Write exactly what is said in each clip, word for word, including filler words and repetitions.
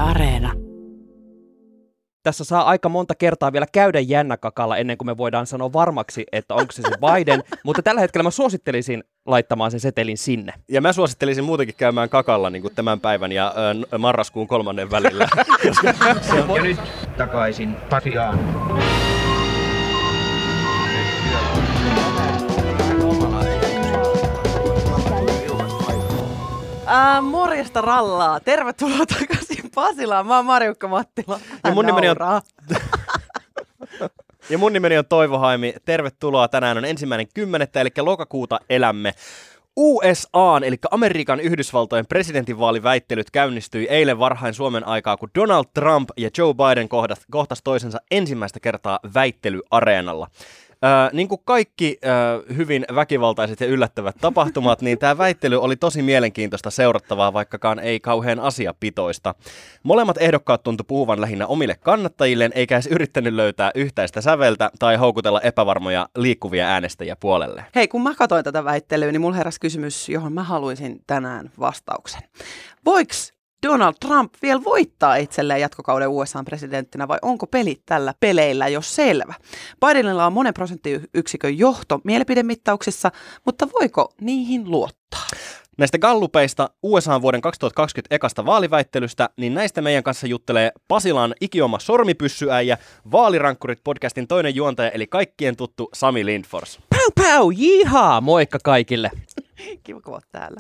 Areena. Tässä saa aika monta kertaa vielä käydä jännäkakalla ennen kuin me voidaan sanoa varmaksi, että onko se se Biden, mutta tällä hetkellä mä suosittelisin laittamaan sen setelin sinne. Ja mä suosittelisin muutenkin käymään kakalla niin kuin tämän päivän ja ö, marraskuun kolmannen välillä. Ja nyt takaisin Pasiaan. Ää, morjesta rallaa. Tervetuloa takaisin Pasilaan. Mä oon Marjukka Mattila. Ja mun, nimeni on... ja mun nimeni on Toivo Haimi. Tervetuloa. Tänään on ensimmäinen kymmenettä, eli lokakuuta elämme. U S A:n, eli Amerikan Yhdysvaltojen presidentinvaaliväittelyt käynnistyi eilen varhain Suomen aikaa, kun Donald Trump ja Joe Biden kohtas toisensa ensimmäistä kertaa väittelyareenalla. Äh, niin kuin kaikki äh, hyvin väkivaltaiset ja yllättävät tapahtumat, niin tämä väittely oli tosi mielenkiintoista seurattavaa, vaikkakaan ei kauhean asiapitoista. Molemmat ehdokkaat tuntui puhuvan lähinnä omille kannattajilleen, eikä edes yrittänyt löytää yhteistä säveltä tai houkutella epävarmoja liikkuvia äänestäjiä puolelle. Hei, kun mä katsoin tätä väittelyä, niin mulla heräsi kysymys, johon mä haluaisin tänään vastauksen. Voiks Donald Trump vielä voittaa itselleen jatkokauden U S A:n presidenttinä vai onko pelit tällä peleillä jo selvä? Bidenilla on monen prosenttiyksikön johto mielipidemittauksissa, mutta voiko niihin luottaa? Näistä gallupeista U S A:n vuoden kaksituhattakaksikymmentä ekasta vaaliväittelystä, niin näistä meidän kanssa juttelee Pasilan ikioma sormipyssyäijä, Vaalirankkurit podcastin toinen juontaja, eli kaikkien tuttu Sami Lindfors. Päu päu, jihaa, moikka kaikille. Kiva kun oot täällä.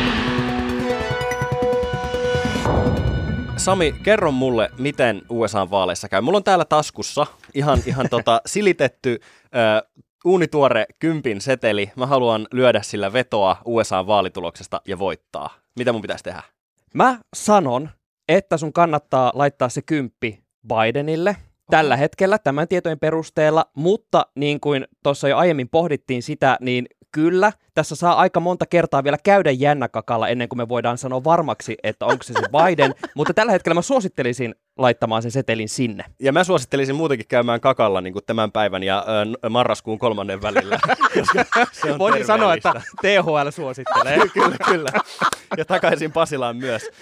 Sami, kerro mulle, miten U S A:n vaaleissa käy. Mulla on täällä taskussa ihan, ihan tota silitetty äh, uunituore kympin seteli. Mä haluan lyödä sillä vetoa U S A:n vaalituloksesta ja voittaa. Mitä mun pitäisi tehdä? Mä sanon, että sun kannattaa laittaa se kymppi Bidenille tällä hetkellä tämän tietojen perusteella, mutta niin kuin tuossa jo aiemmin pohdittiin sitä, niin kyllä, tässä saa aika monta kertaa vielä käydä jännäkakalla ennen kuin me voidaan sanoa varmaksi, että onko se se Biden, mutta tällä hetkellä mä suosittelisin laittamaan sen setelin sinne. Ja mä suosittelisin muutenkin käymään kakalla niin kuin tämän päivän ja ö, marraskuun kolmannen välillä. Voisin sanoa, että T H L suosittelee. Kyllä, kyllä. Ja takaisin Pasilaan myös.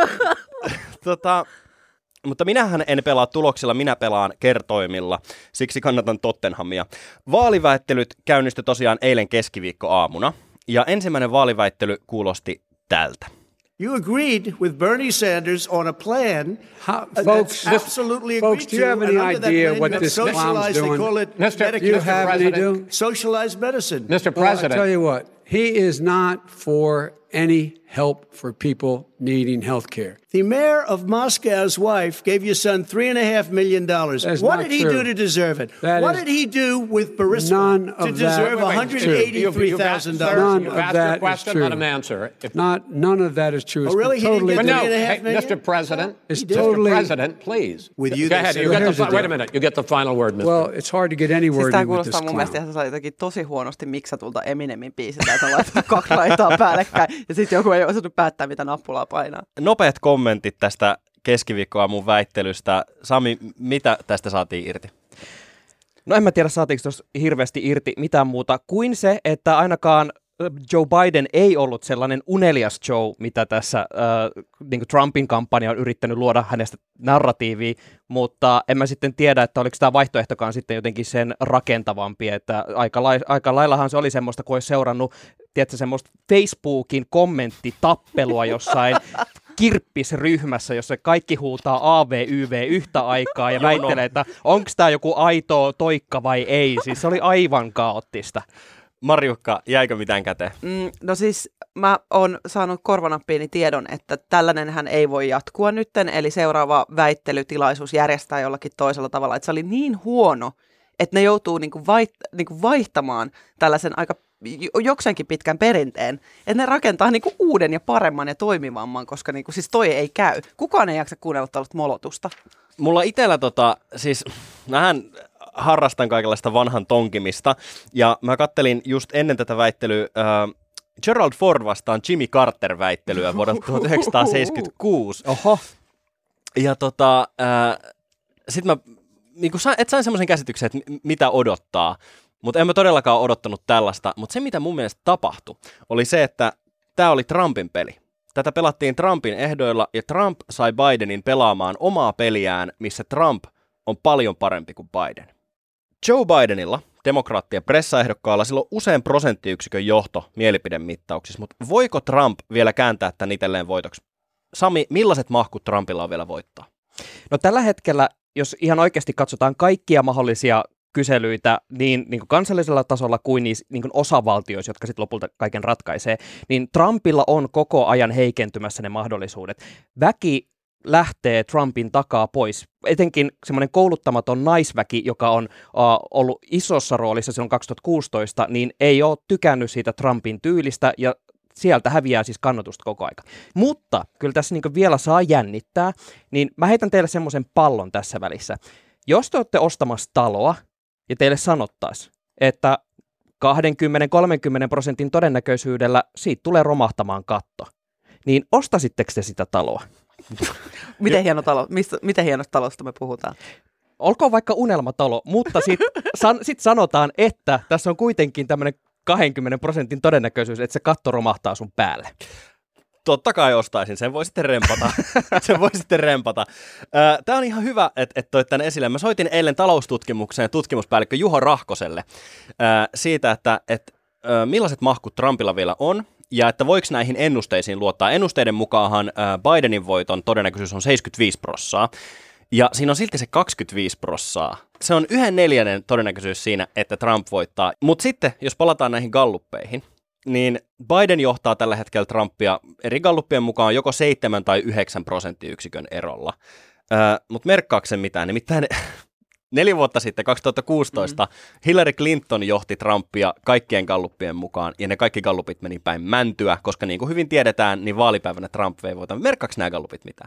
tota... Mutta minähän en pelaa tuloksilla, minä pelaan kertoimilla, siksi kannatan Tottenhamia. Vaaliväittelyt käynnistyi tosiaan eilen keskiviikkoaamuna, ja ensimmäinen vaaliväittely kuulosti tältä. You agreed with Bernie Sanders on a plan How, uh, folks, that's absolutely folks, agreed do you have to. any idea what this clown's doing? They call it Mister Do you have any idea? Socialized medicine. Mister President. Well, I tell you what, he is not for any help for people needing health care. The mayor of Moscow's wife gave your son three and a half million dollars. What did he true. do to deserve it? That what is, did he do with Burisma none to of deserve that one hundred eighty-three thousand dollars? None of that is true. Let him answer. If not, none of that is true. Oh, really? He totally didn't get no, three and a half hey, million? Mister President, it's totally, Mister President, please. With you, Go ahead. You get the, the wait a minute. You get the final word, Mister Well, it's hard to get any word siis in with this kuulostaa mun mielestä clown. ihan jotenkin tosi huonosti miksatulta Eminemin biisiltä, että on laittanut kaksi laitaa päällekkäin ja sitten joku ei osannut päättää, mitä nappulaa painaa. Nopeat kommentit tästä keskiviikkoaamun väittelystä. Sami, mitä tästä saatiin irti? No en mä tiedä, saatiinko tuossa hirveästi irti mitään muuta kuin se, että ainakaan Joe Biden ei ollut sellainen unelias Joe, mitä tässä äh, niin kuin Trumpin kampanja on yrittänyt luoda hänestä narratiivia, mutta en mä sitten tiedä, että oliko tämä vaihtoehtokaan sitten jotenkin sen rakentavampi, että aika, lai, aika laillahan se oli semmoista, kun olisi seurannut, tiedätkö, semmoista Facebookin kommenttitappelua jossain kirppisryhmässä, jossa kaikki huutaa A V Y V yhtä aikaa ja väittelee, että onko tämä joku aito toikka vai ei, siis se oli aivan kaoottista. Marjukka, jäikö mitään käteen? Mm, no siis mä oon saanut korvanappiini tiedon, että tällainenhän ei voi jatkua nytten, eli seuraava väittelytilaisuus järjestää jollakin toisella tavalla. Että se oli niin huono, että ne joutuu niinku vaiht- niinku vaihtamaan tällaisen aika jokseenkin pitkän perinteen, että ne rakentaa niinku uuden ja paremman ja toimivamman, koska niinku, siis toi ei käy. Kukaan ei jaksa kuunnella tällaista molotusta. Mulla itsellä tota, siis mähän harrastan kaikenlaista vanhan tonkimista, ja mä kattelin just ennen tätä väittelyä äh, Gerald Ford vastaan Jimmy Carter-väittelyä vuodelta tuhatyhdeksänsataaseitsemänkymmentäkuusi. Oho. Ja tota, äh, sit mä, niinku, et sain semmoisen käsityksen, että mitä odottaa, mutta en mä todellakaan odottanut tällaista, mutta se mitä mun mielestä tapahtui, oli se, että tää oli Trumpin peli. Tätä pelattiin Trumpin ehdoilla ja Trump sai Bidenin pelaamaan omaa peliään, missä Trump on paljon parempi kuin Biden. Joe Bidenilla, demokraattien pressaehdokkaalla, sillä on usein prosenttiyksikön johto mielipidemittauksissa, mutta voiko Trump vielä kääntää tämän itselleen voitoksi? Sami, millaiset mahkut Trumpilla on vielä voittaa? No tällä hetkellä, jos ihan oikeasti katsotaan kaikkia mahdollisia kyselyitä niin, niin kuin kansallisella tasolla kuin niissä niin kuin osavaltioissa, jotka sitten lopulta kaiken ratkaisee, niin Trumpilla on koko ajan heikentymässä ne mahdollisuudet. Väki lähtee Trumpin takaa pois. Etenkin semmoinen kouluttamaton naisväki, joka on uh, ollut isossa roolissa silloin kaksituhattakuusitoista, niin ei ole tykännyt siitä Trumpin tyylistä ja sieltä häviää siis kannatusta koko aika. Mutta kyllä tässä niin kuin vielä saa jännittää, niin mä heitän teille semmoisen pallon tässä välissä. Jos te olette ostamassa taloa ja teille sanottaisiin, että kaksikymmentä kolmekymmentä prosentin todennäköisyydellä siitä tulee romahtamaan katto, niin ostasitteko te sitä taloa? Miten hieno talo, mistä, miten hienosta talosta me puhutaan? Olkoon vaikka unelmatalo, mutta sitten san, sit sanotaan, että tässä on kuitenkin tämmöinen kaksikymmentä prosentin todennäköisyys, että se katto romahtaa sun päälle. Totta kai ostaisin, sen voi sitten rempata. sen voi sitten rempata. Tämä on ihan hyvä, että et toit tämän esille. Mä soitin eilen taloustutkimukseen tutkimuspäällikkö Juho Rahkoselle ää, siitä, että et, ää, millaiset mahkut Trumpilla vielä on, ja että voiko näihin ennusteisiin luottaa. Ennusteiden mukaanhan ää, Bidenin voiton todennäköisyys on seitsemänkymmentäviisi prosenttia, ja siinä on silti se kaksikymmentäviisi prosenttia. Se on yhden neljännen todennäköisyys siinä, että Trump voittaa. Mutta sitten, jos palataan näihin galluppeihin, niin Biden johtaa tällä hetkellä Trumpia eri galluppien mukaan joko seitsemän tai yhdeksän prosenttiyksikön erolla. Öö, Mutta merkkaako se mitään? Nimittäin neljä vuotta sitten, kaksituhattakuusitoista, mm-hmm. Hillary Clinton johti Trumpia kaikkien galluppien mukaan, ja ne kaikki gallupit meni päin mäntyä, koska niin kuin hyvin tiedetään, niin vaalipäivänä Trump vei voiton. Merkkaako nämä gallupit mitään?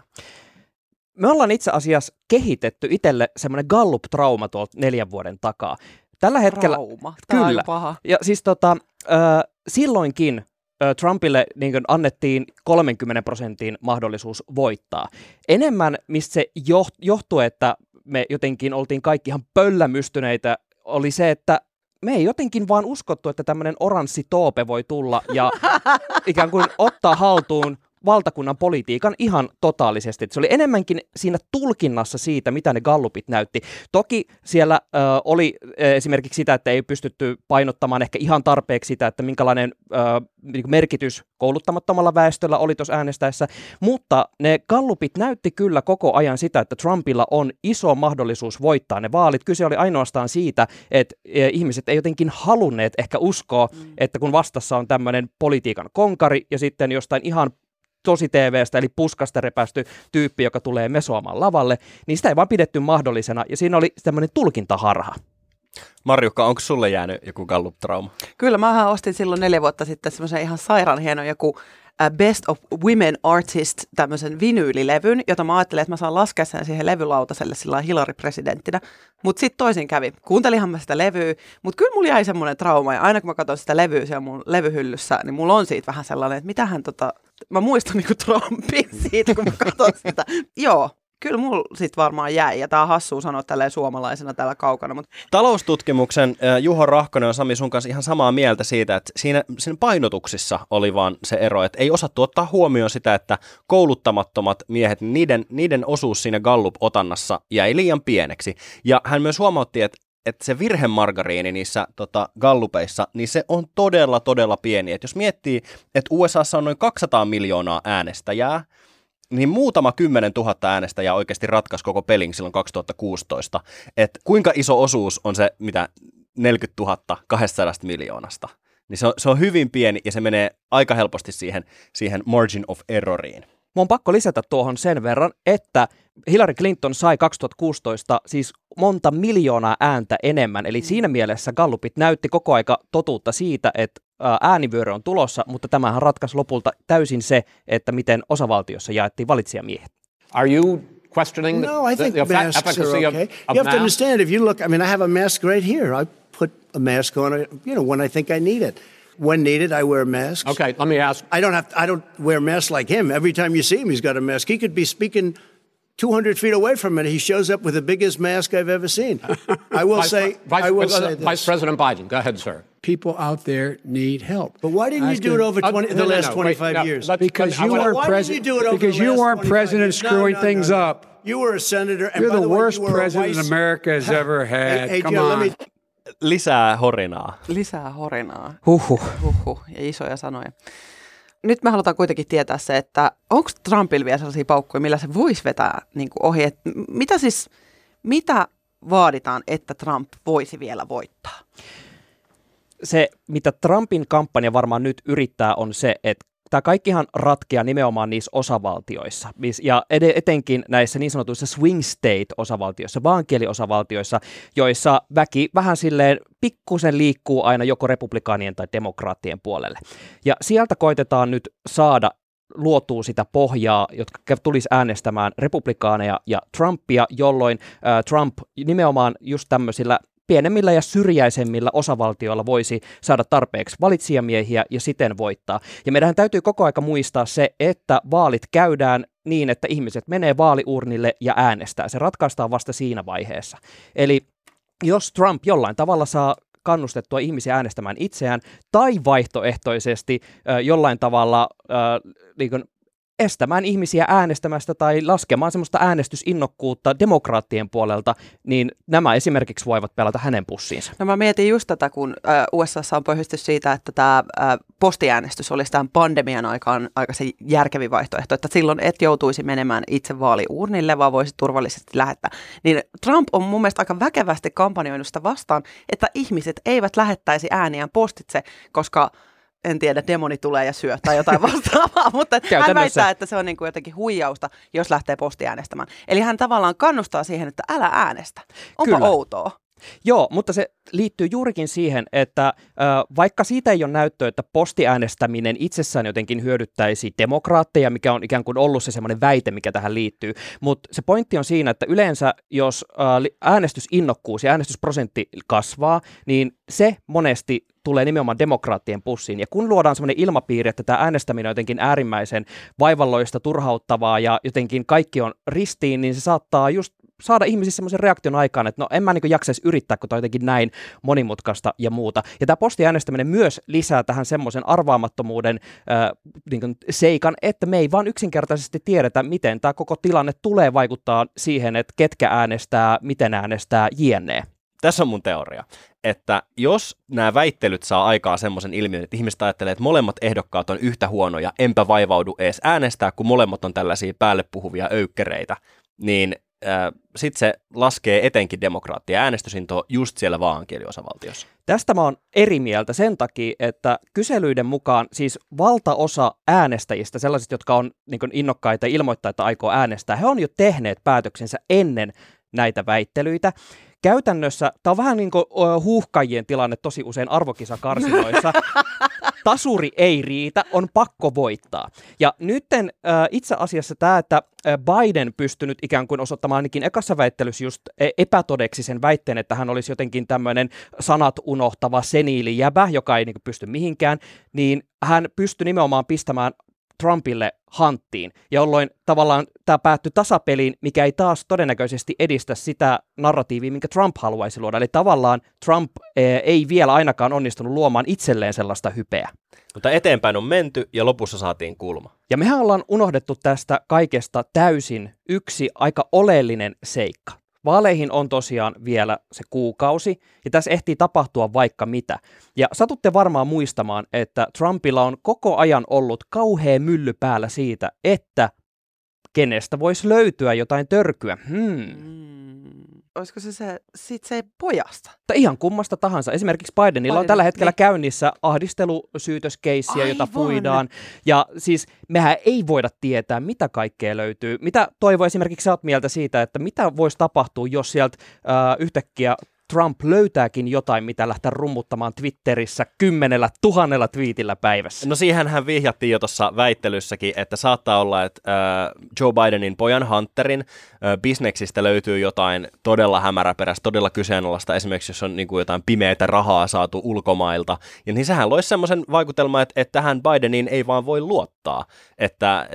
Me ollaan itse asiassa kehitetty itselle semmoinen Gallup-trauma tuolta neljän vuoden takaa. Tällä hetkellä... Trauma. Tämä kyllä. on paha. Ja siis tota, äh, silloinkin äh, Trumpille niin kuin annettiin kolmenkymmenen prosentin mahdollisuus voittaa. Enemmän, mistä se joht- johtui, että me jotenkin oltiin kaikki ihan pöllämystyneitä, oli se, että me ei jotenkin vaan uskottu, että tämmöinen oranssi toope voi tulla ja ikään kuin ottaa haltuun valtakunnan politiikan ihan totaalisesti. Se oli enemmänkin siinä tulkinnassa siitä, mitä ne gallupit näytti. Toki siellä ö, oli esimerkiksi sitä, että ei pystytty painottamaan ehkä ihan tarpeeksi sitä, että minkälainen ö, merkitys kouluttamattomalla väestöllä oli tuossa äänestäessä, mutta ne gallupit näytti kyllä koko ajan sitä, että Trumpilla on iso mahdollisuus voittaa ne vaalit. Kyse oli ainoastaan siitä, että ihmiset ei jotenkin halunneet ehkä uskoa, mm. että kun vastassa on tämmöinen politiikan konkari ja sitten jostain ihan tosi T V:stä, eli puskasta repästy tyyppi, joka tulee mesoamaan lavalle, niin sitä ei vaan pidetty mahdollisena, ja siinä oli tämmöinen tulkintaharha. Marjukka, onko sulle jäänyt joku Gallup-trauma? Kyllä, mähän ostin silloin neljä vuotta sitten semmoisen ihan sairaan hienon joku Best of Women Artist, tämmöisen vinyylilevyn, jota mä ajattelin, että mä saan laskea sen siihen levylautaselle sillä Hillary presidenttinä. Mutta sitten toisin kävi. Kuuntelinhan mä sitä levyä, mutta kyllä mulla jäi semmoinen trauma. Ja aina kun mä katson sitä levyä siellä mun levyhyllyssä, niin mulla on siitä vähän sellainen, että mitähän tota... Mä muistan niinku Trumpin siitä, kun mä katson sitä. Joo. Kyllä mulla sit varmaan jäi, ja tää on hassua sanoa tälleen suomalaisena täällä kaukana. Mutta... Taloustutkimuksen äh, Juho Rahkonen on Sami sun kanssa ihan samaa mieltä siitä, että siinä, siinä painotuksissa oli vaan se ero, että ei osattu ottaa huomioon sitä, että kouluttamattomat miehet, niiden, niiden osuus siinä Gallup-otannassa jäi liian pieneksi. Ja hän myös huomautti, että että se virhemargariini niissä tota, gallupeissa, niin se on todella, todella pieni. Et jos miettii, että U S A:ssa on noin kaksisataa miljoonaa äänestäjää, niin muutama kymmenen tuhatta äänestäjää oikeasti ratkaisi koko pelin silloin kaksituhattakuusitoista. Että kuinka iso osuus on se, mitä neljäkymmentätuhatta kaksisataa miljoonasta. Niin se on, se on hyvin pieni ja se menee aika helposti siihen, siihen margin of erroriin. Mun on pakko lisätä tuohon sen verran, että Hillary Clinton sai kaksituhattakuusitoista siis monta miljoonaa ääntä enemmän, eli siinä mielessä gallupit näytti koko aika totuutta siitä, että äänivyöry on tulossa, mutta tämähän ratkaisi lopulta täysin se, että miten osavaltiossa jaettiin valitsijamiehet. Are you questioning the, No, I think the, the masks efficacy are of, okay. of You have masks? to understand, if you look, I mean, I have a mask right here. I put a mask on, you know, when I think I need it. When needed, I wear masks. Okay, let me ask. I don't have. To, I don't wear masks like him. Every time you see him, he's got a mask. He could be speaking two hundred feet away from it, he shows up with the biggest mask I've ever seen. I will Vice, say, Vice, I will Vice, say this. Vice President Biden, go ahead, sir. People out there need help. But why didn't you do it over twenty, Uh, the no, no, last no, twenty-five wait, no, years? let's- Because I you wanna- weren't Why president. didn't you do it over Because the you last weren't twenty-five president years? No, screwing no, things no, no. up. You were a senator. And You're by the way, worst you were a president vice- America has ever had. Hey, hey, Come Joe, on. let me Lisää horinaa. Lisää horinaa. Huhhuh. Huhhuh, ja isoja sanoja. Nyt me halutaan kuitenkin tietää se, että onko Trumpilla vielä sellaisia paukkuja, millä se voisi vetää niin kuin ohi. Et mitä siis, mitä vaaditaan, että Trump voisi vielä voittaa? Se, mitä Trumpin kampanja varmaan nyt yrittää, on se, että tämä kaikkihan ratkeaa nimenomaan niissä osavaltioissa, ja etenkin näissä niin sanotuissa swing state-osavaltioissa, vaankieliosavaltioissa, joissa väki vähän silleen pikkusen liikkuu aina joko republikaanien tai demokraattien puolelle. Ja sieltä koitetaan nyt saada luotuu sitä pohjaa, jotka tulisi äänestämään republikaaneja ja Trumpia, jolloin äh, Trump nimenomaan just tämmöisillä pienemmillä ja syrjäisemmillä osavaltioilla voisi saada tarpeeksi valitsijamiehiä ja siten voittaa. Ja meidän täytyy koko aika muistaa se, että vaalit käydään niin, että ihmiset menee vaaliurnille ja äänestää. Se ratkaistaan vasta siinä vaiheessa. Eli jos Trump jollain tavalla saa kannustettua ihmisiä äänestämään itseään tai vaihtoehtoisesti äh, jollain tavalla äh, niin kuin estämään ihmisiä äänestämästä tai laskemaan semmoista äänestysinnokkuutta demokraattien puolelta, niin nämä esimerkiksi voivat pelata hänen pussiinsa. No mä mietin just tätä, kun U S A:ssa on pohjustus siitä, että tämä postiäänestys olisi tämän pandemian aikaan aika se järkevin vaihtoehto, että silloin et joutuisi menemään itse vaaliurnille, vaan voisi turvallisesti lähettää. Niin Trump on mun mielestä aika väkevästi kampanjoinut sitä vastaan, että ihmiset eivät lähettäisi ääniään postitse, koska en tiedä, demoni tulee ja syö tai jotain vastaavaa, mutta hän väittää, että se on niin kuin jotenkin huijausta, jos lähtee postiäänestämään. Eli hän tavallaan kannustaa siihen, että älä äänestä. Onpa Kyllä. outoa. Joo, mutta se liittyy juurikin siihen, että äh, vaikka siitä ei ole näyttöä, että postiäänestäminen itsessään jotenkin hyödyttäisi demokraatteja, mikä on ikään kuin ollut se semmoinen väite, mikä tähän liittyy, mutta se pointti on siinä, että yleensä jos äh, äänestysinnokkuus ja äänestysprosentti kasvaa, niin se monesti tulee nimenomaan demokraattien pussiin. Ja kun luodaan semmoinen ilmapiiri, että tämä äänestäminen on jotenkin äärimmäisen vaivalloista, turhauttavaa ja jotenkin kaikki on ristiin, niin se saattaa just saada ihmisissä semmoisen reaktion aikaan, että no en mä niin jaksaisi yrittää, kun tämä on jotenkin näin monimutkaista ja muuta. Ja tämä postiäänestäminen myös lisää tähän semmoisen arvaamattomuuden äh, niin kuin seikan, että me ei vaan yksinkertaisesti tiedetä, miten tämä koko tilanne tulee vaikuttaa siihen, että ketkä äänestää, miten äänestää, jne. Tässä on mun teoria, että jos nämä väittelyt saa aikaan semmoisen ilmiön, että ihmiset ajattelee, että molemmat ehdokkaat on yhtä huonoja, enpä vaivaudu edes äänestää, kun molemmat on tällaisia päälle puhuvia öykkäreitä, niin äh, sitten se laskee etenkin demokraattien äänestysintoa just siellä vaankieliosavaltiossa. Tästä mä oon eri mieltä sen takia, että kyselyiden mukaan siis valtaosa äänestäjistä, sellaiset, jotka on niin kuin innokkaita ja ilmoittaa, että aikoo äänestää, he on jo tehneet päätöksensä ennen näitä väittelyitä. Käytännössä tämä on vähän niin kuin huuhkajien tilanne tosi usein arvokisakarsinoissa. Tasuri ei riitä, on pakko voittaa. Ja nytten äh, itse asiassa tämä, että Biden pystynyt ikään kuin osoittamaan ainakin ekassa väittelyssä just epätodeksi sen väitteen, että hän olisi jotenkin tämmöinen sanat unohtava seniili jäbä, joka ei niin kuin pysty mihinkään, niin hän pystyi nimenomaan pistämään Trumpille hanttiin, jolloin tavallaan tämä päättyi tasapeliin, mikä ei taas todennäköisesti edistä sitä narratiivia, minkä Trump haluaisi luoda. Eli tavallaan Trump eh, ei vielä ainakaan onnistunut luomaan itselleen sellaista hypeä. Mutta eteenpäin on menty ja lopussa saatiin kulma. Ja mehän ollaan unohdettu tästä kaikesta täysin yksi aika oleellinen seikka. Vaaleihin on tosiaan vielä se kuukausi, ja tässä ehtii tapahtua vaikka mitä. Ja satutte varmaan muistamaan, että Trumpilla on koko ajan ollut kauhea mylly päällä siitä, että kenestä voisi löytyä jotain törkyä. Hmm. Mm. Olisiko se, se sit se pojasta? Tai ihan kummasta tahansa. Esimerkiksi Bidenilla Biden, on tällä hetkellä niin. käynnissä ahdistelusyytöskeissiä, jota puidaan. Ja siis mehän ei voida tietää, mitä kaikkea löytyy. Mitä Toivo esimerkiksi sä oot mieltä siitä, että mitä voisi tapahtua, jos sieltä äh, yhtäkkiä Trump löytääkin jotain, mitä lähtee rummuttamaan Twitterissä kymmenellä tuhannella twiitillä päivässä? No siihen hän vihjattiin jo tuossa väittelyssäkin, että saattaa olla, että äh, Joe Bidenin pojan Hunterin äh, bisneksistä löytyy jotain todella hämäräperäistä, todella kyseenalaista, esimerkiksi jos on niin kuin jotain pimeätä rahaa saatu ulkomailta, ja niin sehän loisi semmoisen vaikutelman, että, että tähän Bideniin ei vaan voi luottaa, että, että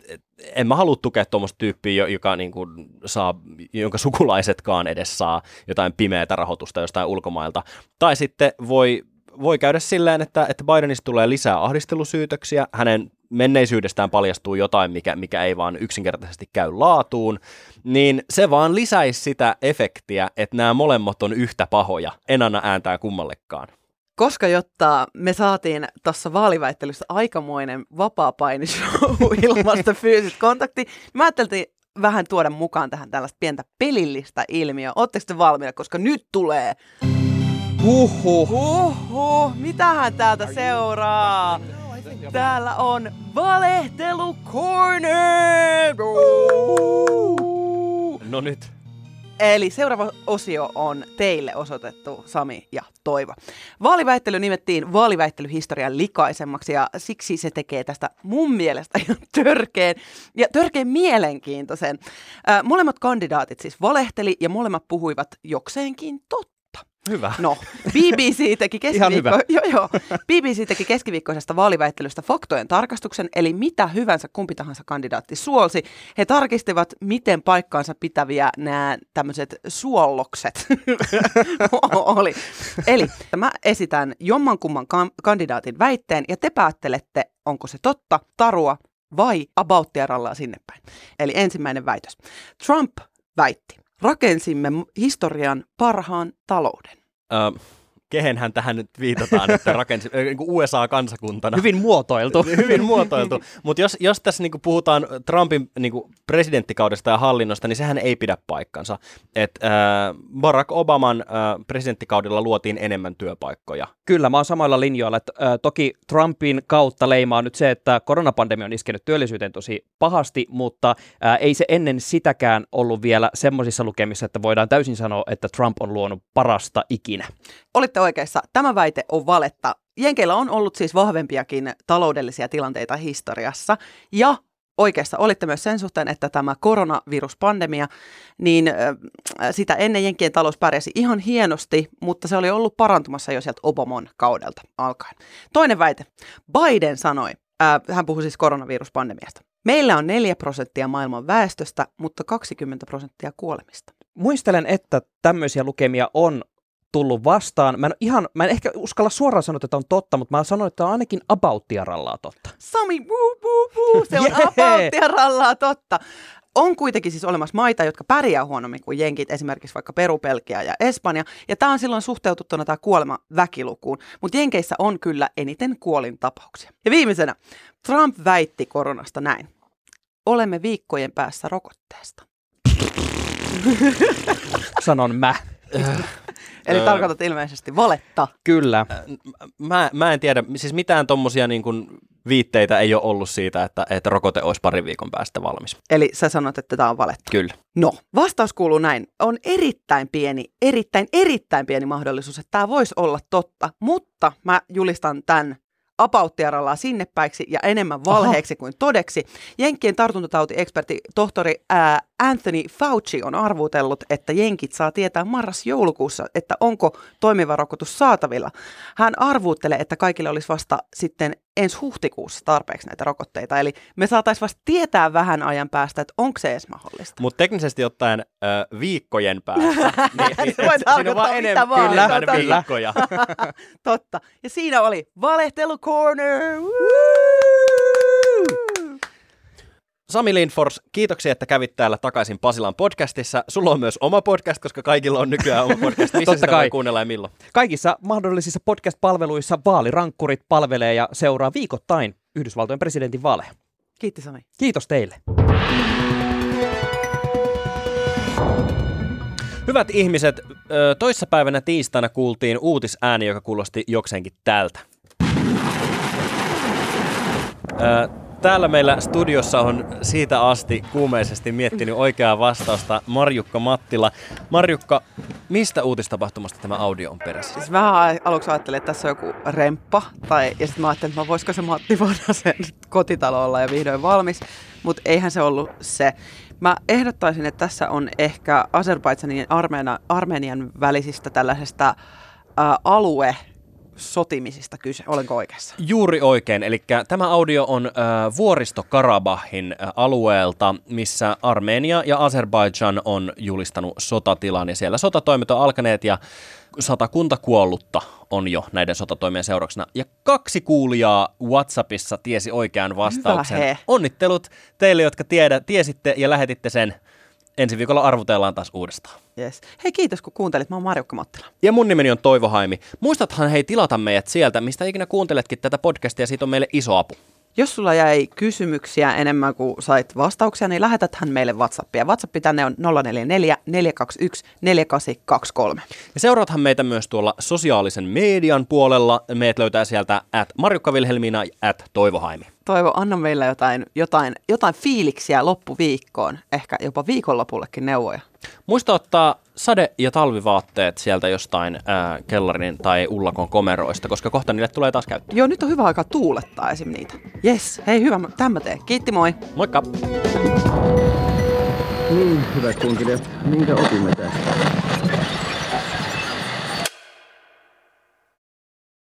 en mä halua tukea tuommoista tyyppiä, joka niin kuin saa, jonka sukulaisetkaan edes saa jotain pimeätä rahoitusta jostain ulkomailta. Tai sitten voi, voi käydä silleen, että, että Bidenista tulee lisää ahdistelusyytöksiä, hänen menneisyydestään paljastuu jotain, mikä, mikä ei vaan yksinkertaisesti käy laatuun, niin se vaan lisäisi sitä efektiä, että nämä molemmat on yhtä pahoja. En anna ääntää kummallekaan. Koska jotta me saatiin tuossa vaaliväittelyssä aikamoinen vapaa-painishow ilmasta fyysistä kontakti, mä ajattelin vähän tuoda mukaan tähän tällaista pientä pelillistä ilmiöä. Ootteko te valmiina, koska nyt tulee... Huhhuh. Huhhuh. Mitähän täältä seuraa? Täällä on Valehtelu Corner! No nyt. Eli seuraava osio on teille osoitettu, Sami ja Toivo. Vaaliväittely nimettiin vaaliväittelyhistorian likaisemmaksi ja siksi se tekee tästä mun mielestä ihan törkeän ja törkeän mielenkiintoisen. Äh, molemmat kandidaatit siis valehteli ja molemmat puhuivat jokseenkin totta. Hyvä. No, B B C teki, keskiviikko... joo, joo. B B C teki keskiviikkoisesta vaaliväittelystä faktojen tarkastuksen, eli mitä hyvänsä kumpi tahansa kandidaatti suolsi. He tarkistivat, miten paikkaansa pitäviä nämä tämmöiset suollokset oli. Eli mä esitän jommankumman kan- kandidaatin väitteen, ja te päättelette, onko se totta, tarua vai abouttia rallaa sinne päin. Eli ensimmäinen väitös. Trump väitti. Rakensimme historian parhaan talouden. Uh, kehenhän tähän nyt viitataan, että rakensi niin kuin U S A-kansakuntana. Hyvin muotoiltu. Hyvin muotoiltu. Mutta jos, jos tässä niin kuin puhutaan Trumpin niin kuin presidenttikaudesta ja hallinnosta, niin sehän ei pidä paikkansa. Et, äh, Barack Obaman äh, presidenttikaudella luotiin enemmän työpaikkoja. Kyllä, mä oon samoilla linjoilla. Että, äh, toki Trumpin kautta leimaa nyt se, että koronapandemia on iskenyt työllisyyteen tosi pahasti, mutta äh, ei se ennen sitäkään ollut vielä semmoisissa lukemissa, että voidaan täysin sanoa, että Trump on luonut parasta ikinä. Olitte oikeassa. Tämä väite on valetta. Jenkeillä on ollut siis vahvempiakin taloudellisia tilanteita historiassa. Ja oikeassa olitte myös sen suhteen, että tämä koronaviruspandemia, niin äh, sitä ennen Jenkien talous pärjäsi ihan hienosti, mutta se oli ollut parantumassa jo sieltä Obaman kaudelta alkaen. Toinen väite. Biden sanoi, äh, hän puhui siis koronaviruspandemiasta. Meillä on neljä prosenttia maailman väestöstä, mutta kaksikymmentä prosenttia kuolemista. Muistelen, että tämmöisiä lukemia on tullut vastaan. Mä en, ihan, mä en ehkä uskalla suoraan sanoa, että tämä on totta, mutta mä sanon, että tämä on ainakin abouttia rallaa totta. Sami, buu, buu, buu, se on yeah. abouttia rallaa totta. On kuitenkin siis olemassa maita, jotka pärjää huonommin kuin jenkit, esimerkiksi vaikka Peru, Belgia ja Espanja, ja tämä on silloin suhteutettuna tämä kuolema väkilukuun, mutta jenkeissä on kyllä eniten kuolintapauksia. Ja viimeisenä, Trump väitti koronasta näin. Olemme viikkojen päässä rokotteesta. Sanon mä. Eli tarkoitat ilmeisesti valetta. Kyllä. Mä, mä en tiedä, siis mitään tommosia niin kuin viitteitä ei ole ollut siitä, että, että rokote olisi parin viikon päästä valmis. Eli sä sanot, että tämä on valetta. Kyllä. No, vastaus kuuluu näin. On erittäin pieni, erittäin, erittäin pieni mahdollisuus, että tämä voisi olla totta, mutta mä julistan tämän apauttiarallaa sinnepäiksi ja enemmän valheeksi Aha. kuin todeksi. Jenkkien tartuntatautiekspertti tohtori ää, Anthony Fauci on arvutellut, että jenkit saa tietää marras-joulukuussa, että onko toimiva rokotus saatavilla. Hän arvuuttelee, että kaikille olisi vasta sitten ensi huhtikuussa tarpeeksi näitä rokotteita. Eli me saataisiin vasta tietää vähän ajan päästä, että onko se edes mahdollista. Mutta teknisesti ottaen äh, viikkojen päästä. niin, niin, se voi tarkoittaa vaan mitä vaan. Kyllä, totta. Viikkoja. Totta. Ja siinä oli Valehtelu Corner. Woo! Sami Lindfors, kiitoksia, että kävit täällä takaisin Pasilan podcastissa. Sulla on myös oma podcast, koska kaikilla on nykyään oma podcast. Missä sitä voi kuunnella ja milloin? Kaikissa mahdollisissa podcast-palveluissa vaalirankkurit palvelee ja seuraa viikoittain Yhdysvaltojen presidentin vaaleja. Kiitos Sami. Kiitos teille. Hyvät ihmiset, toissapäivänä tiistaina kuultiin uutisääni, joka kuulosti jokseenkin tältä. Täällä meillä studiossa on siitä asti kuumeisesti miettinyt oikeaa vastausta Marjukka Mattila. Marjukka, mistä uutistapahtumasta tämä audio on peräisin? Siis vähän aluksi ajattelin, että tässä on joku remppa, tai, ja sitten mä ajattelin, että voisiko se Matti Vanhasen kotitalo olla jo vihdoin valmis, mutta eihän se ollut se. Mä ehdottaisin, että tässä on ehkä Azerbaidžanin ja Armenia, Armenian välisistä tällaisesta ää, alue sotimisista kyse. Olenko oikeassa? Juuri oikein. Eli tämä audio on äh, Vuoristo-Karabahin äh, alueelta, missä Armenia ja Azerbaidžan on julistanut sotatilan. Ja siellä sotatoimet on alkaneet ja satakunta kuollutta on jo näiden sotatoimien seurauksena. Ja kaksi kuulijaa WhatsAppissa tiesi oikean vastauksen. Hyvä he. Onnittelut teille, jotka tiedä, tiesitte ja lähetitte sen. Ensi viikolla arvutellaan taas uudestaan. Yes. Hei, kiitos kun kuuntelit. Mä oon Marjukka Mattila. Ja mun nimeni on Toivo Haimi. Muistathan hei tilata meidät sieltä, mistä ikinä kuunteletkin tätä podcastia, siitä on meille iso apu. Jos sulla jäi kysymyksiä enemmän kuin sait vastauksia, niin lähetäthän meille WhatsAppia. WhatsApp tänne on nolla neljä neljä, neljä kaksi yksi, neljä kahdeksan kaksi kolme. Ja seuraathan meitä myös tuolla sosiaalisen median puolella. Meidät löytää sieltä at Marjukka Vilhelmiina ja at Toivo Haimi. Toivo, anna meille jotain, jotain, jotain fiiliksiä loppuviikkoon, ehkä jopa viikonlopullekin neuvoja. Muista ottaa sade- ja talvivaatteet sieltä jostain ää, kellarin tai ullakon komeroista, koska kohta niille tulee taas käyttöön. Joo, nyt on hyvä aika tuulettaa esim. Niitä. Jes, hei hyvä, tämän mä teen. Kiitti, moi. Moikka! Niin, hyvät kuuntelijat, minkä opimme tästä?